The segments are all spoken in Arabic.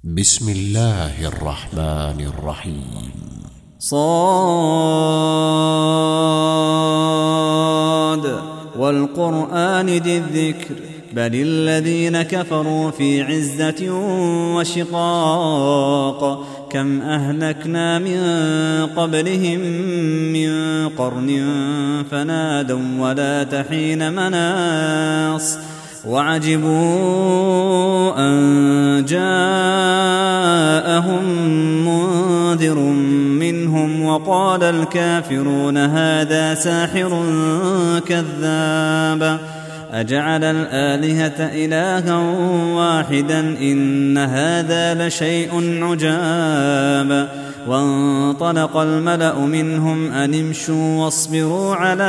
بسم الله الرحمن الرحيم. صاد والقرآن ذي الذكر بل الذين كفروا في عزة وشقاق كم أهلكنا من قبلهم من قرن فنادوا ولا تحين مناص وعجبوا أن جاءهم منذر منهم وقال الكافرون هذا ساحر كذاب أجعل الآلهة إلها واحدا إن هذا لشيء عجاب وانطلق الملأ منهم أن امشوا واصبروا على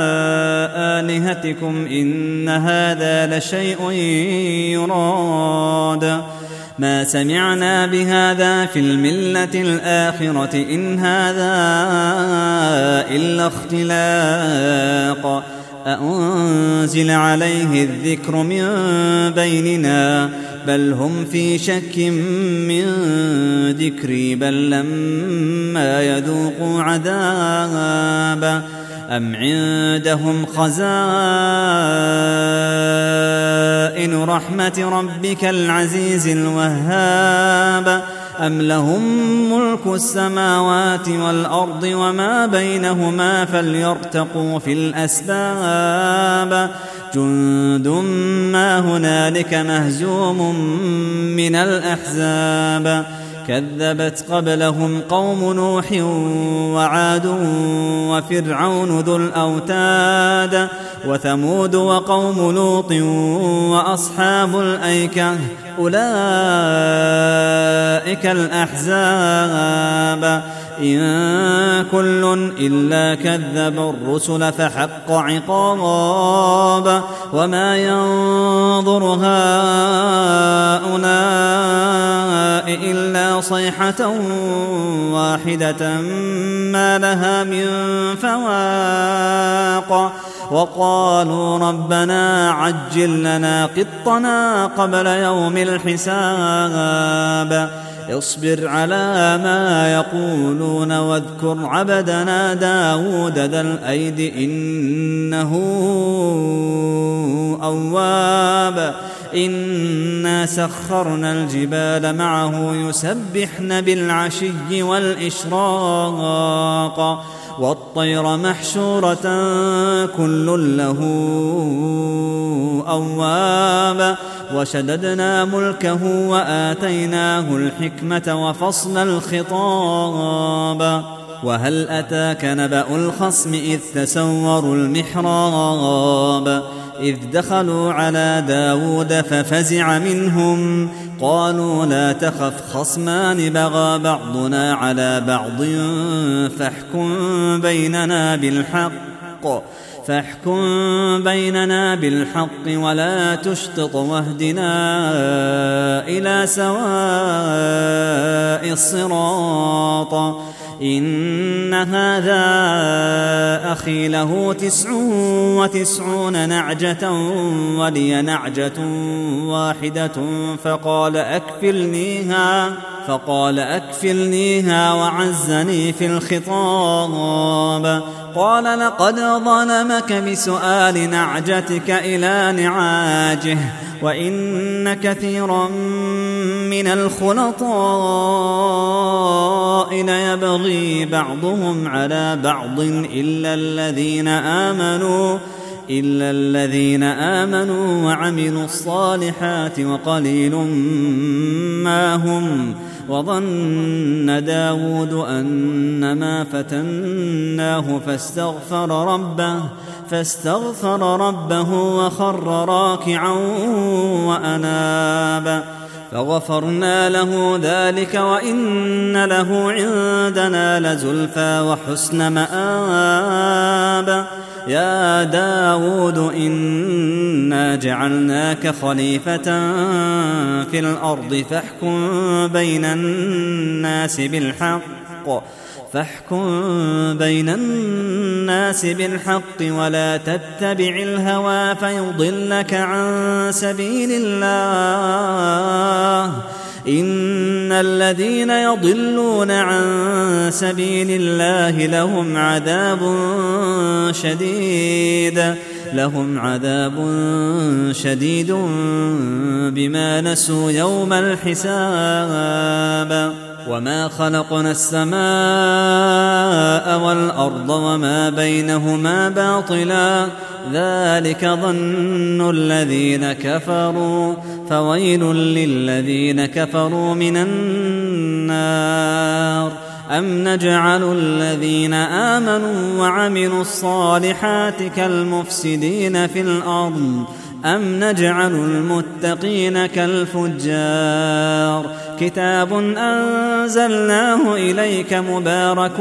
آلهتكم إن هذا لشيء يراد ما سمعنا بهذا في الملة الآخرة إن هذا إلا اختلاق أأنزل عليه الذكر من بيننا بل هم في شك من ذكري بل لما يذوقوا عذاب أم عندهم خزائن رحمة ربك العزيز الوهاب أم لهم ملك السماوات والأرض وما بينهما فليرتقوا في الأسباب جند ما هنالك مهزوم من الأحزاب كذبت قبلهم قوم نوح وعاد وفرعون ذو الأوتاد وثمود وقوم لوط وأصحاب الأيكة أولئك الأحزاب إن كل إلا كذب الرسل فحق عقاب وما ينظر هؤلاء إلا صيحة واحدة ما لها من فواق وقالوا ربنا عجل لنا قطنا قبل يوم الحساب اصبر على ما يقولون واذكر عبدنا داود ذا الأيد إنه أواب إنا سخرنا الجبال معه يسبحن بالعشي والإشراق والطير محشورة كل له أواب وشددنا ملكه وآتيناه الحكمة وفصل الخطاب وهل أتاك نبأ الخصم إذ تسوروا المحراب إذ دخلوا على داود ففزع منهم قالوا لا تخف خصمان بغى بعضنا على بعض فاحكم بيننا بالحق ولا تشطط واهدنا إلى سواء الصراط إن هذا أخي له 99 نعجة ولي نعجة واحدة فقال أكفلنيها وعزني في الخطاب قال لقد ظلمك بسؤال نعجتك إلى نعاجه وإن كثيرا من الخلطاء ليبغي بعضهم على بعض إلا الذين آمنوا وعملوا الصالحات وقليل ما هم وظن داود أنما فتناه فاستغفر ربه وخر راكعا وأناب فغفرنا له ذلك وإن له عندنا لزلفى وحسن مآب يا داود إنا جعلناك خليفة في الأرض فاحكم بين الناس بالحق ولا تتبع الهوى فيضلك عن سبيل الله إن الذين يضلون عن سبيل الله لهم عذاب شديد بما نسوا يوم الحساب وما خلقنا السماء والأرض وما بينهما باطلا ذلك ظن الذين كفروا فويل للذين كفروا من النار أم نجعل الذين آمنوا وعملوا الصالحات كالمفسدين في الأرض أم نجعل المتقين كالفجار كتاب أنزلناه إليك مبارك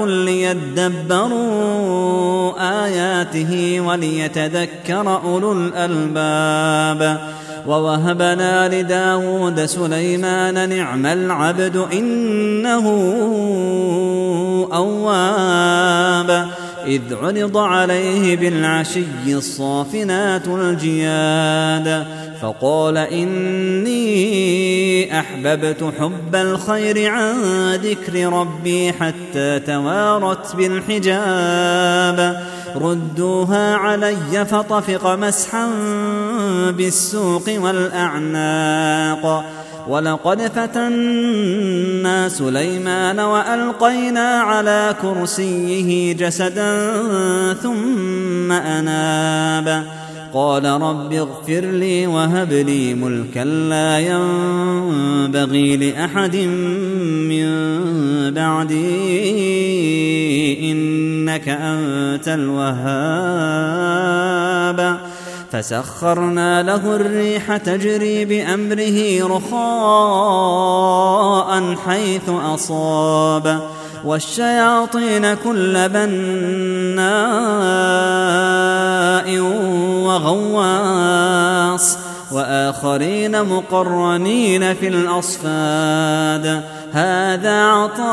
ليدبروا آياته وليتذكر أولو الألباب ووهبنا لداود سليمان نعم العبد إنه أواب إذ عرض عليه بالعشي الصافنات الجياد فقال إني أحببت حب الخير عن ذكر ربي حتى توارت بالحجاب ردوها علي فطفق مسحا بالسوق والأعناق ولقد فتنا سليمان وألقينا على كرسيه جسدا ثم أناب قال رب اغفر لي وهب لي ملكا لا ينبغي لأحد من بعدي إنك أنت الوهاب فسخرنا له الريح تجري بأمره رخاء حيث أصاب والشياطين كل بناء وغواص وآخرين مقرنين في الأصفاد هذا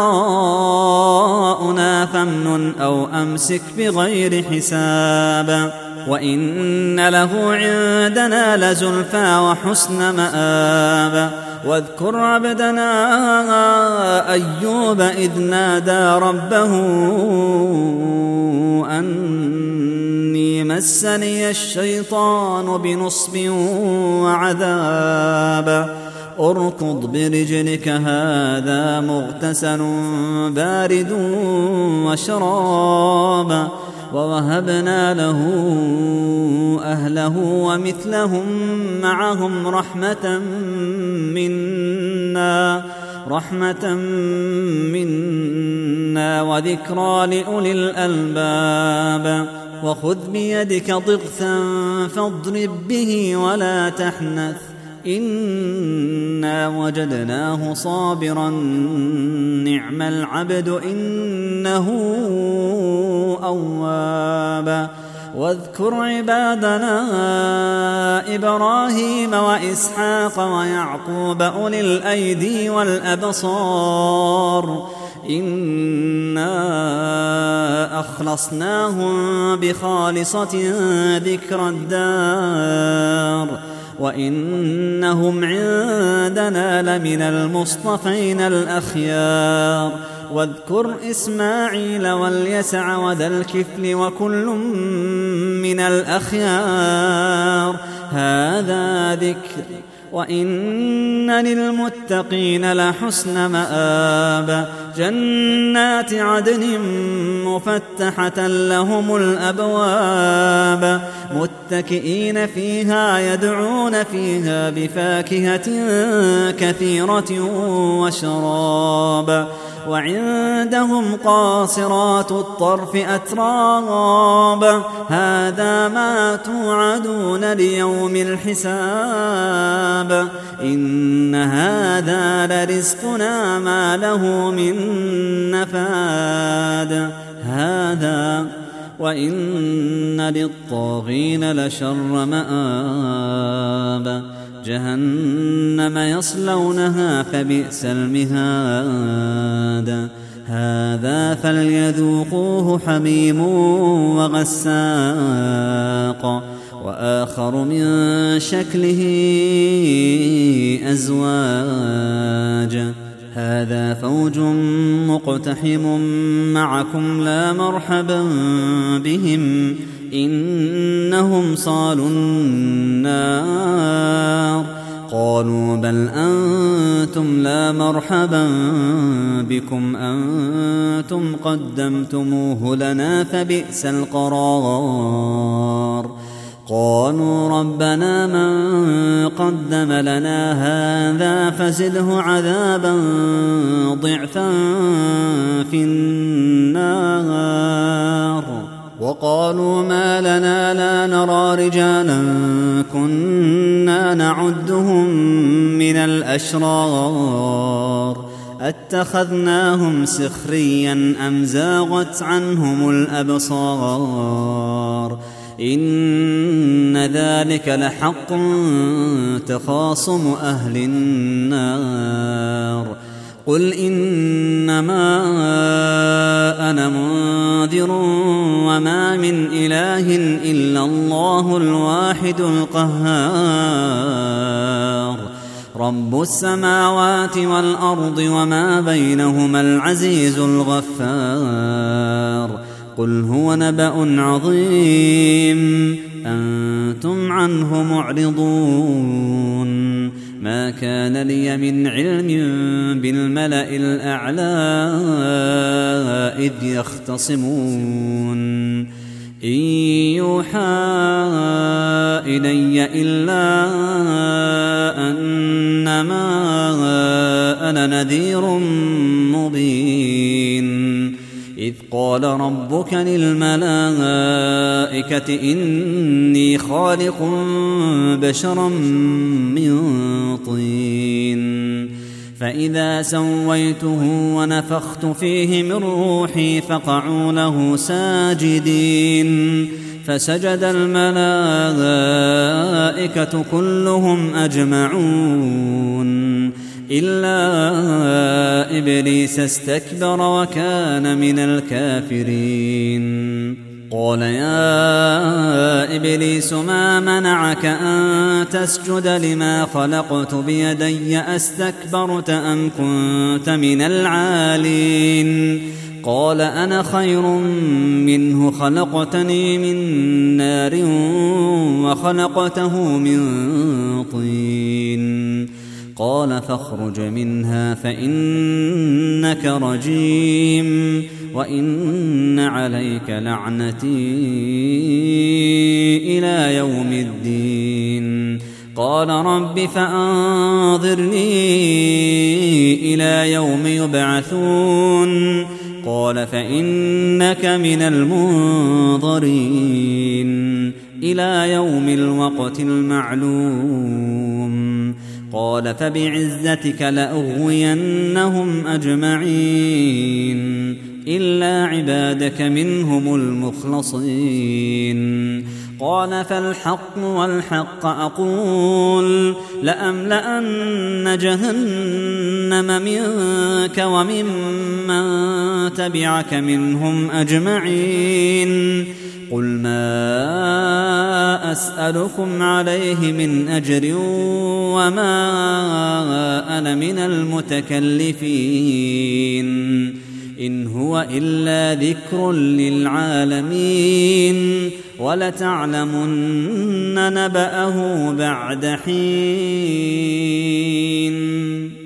عطاؤنا فامنن أو أمسك بغير حساب وإن له عندنا لزلفى وحسن مآب واذكر عبدنا أيوب إذ نادى ربه أني مسني الشيطان بنصب وعذاب اركض برجلك هذا مغتسل بارد وشراب ووهبنا له أهله ومثلهم معهم رحمة منا وذكرى لأولي الألباب وخذ بيدك ضغثا فاضرب به ولا تحنث إنا وجدناه صابرا نعم العبد إنه أواب واذكر عبادنا إبراهيم وإسحاق ويعقوب أولي الأيدي والأبصار إنا أخلصناهم بخالصة ذكر الدار وإنهم عندنا لمن المصطفين الأخيار واذكر إسماعيل واليسع وذا الكفل وكل من الأخيار هذا ذكر وإن للمتقين لحسن مآب جنات عدن مفتحة لهم الأبواب متكئين فيها يدعون فيها بفاكهة كثيرة وشراب وعندهم قاصرات الطرف أتراب هذا ما توعدون ليوم الحساب إن هذا لرزقنا ما له من نفاد هذا وإن للطاغين لشر مآب جهنم يصلونها فبئس المهاد هذا فليذوقوه حميم وغساق وآخر من شكله أزواج هذا فوج مقتحم معكم لا مرحبا بهم إنهم صالوا النار قالوا بل أنتم لا مرحبا بكم أنتم قدمتموه لنا فبئس القرار قالوا ربنا من قدم لنا هذا فزده عذابا ضعفا في النار وقالوا ما لنا لا نرى رجالا كنا نعدهم من الأشرار اتخذناهم سخريا أم زاغت عنهم الأبصار إن ذلك لحق تخاصم أهل النار قل إنما أنا منذر وما من إله إلا الله الواحد القهار رب السماوات والأرض وما بينهما العزيز الغفار قل هو نبأ عظيم أنتم عنه معرضون ما كان لي من علم بالملأ الأعلى إذ يختصمون إن يوحى إلي إلا أنما أنا نذير مبين إذ قال ربك للملائكة إني خالق بشرا من طين فإذا سويته ونفخت فيه من روحي فقعوا له ساجدين فسجد الملائكة كلهم أجمعون إلا إبليس استكبر وكان من الكافرين قال يا إبليس ما منعك أن تسجد لما خلقت بيدي أستكبرت أم كنت من العالين قال أنا خير منه خلقتني من نار وخلقته من طين قال فاخرج منها فإنك رجيم وإن عليك لعنتي إلى يوم الدين قال رب فأنظرني إلى يوم يبعثون قال فإنك من المنظرين إلى يوم الوقت المعلوم قال فبعزتك لأغوينهم أجمعين إلا عبادك منهم المخلصين قال فالحق والحق أقول لأملأن جهنم منك وممن تبعك منهم أجمعين قل ما أسألكم عليه من أجر وما أنا من المتكلفين إن هو إلا ذكر للعالمين ولتعلمن نبأه بعد حين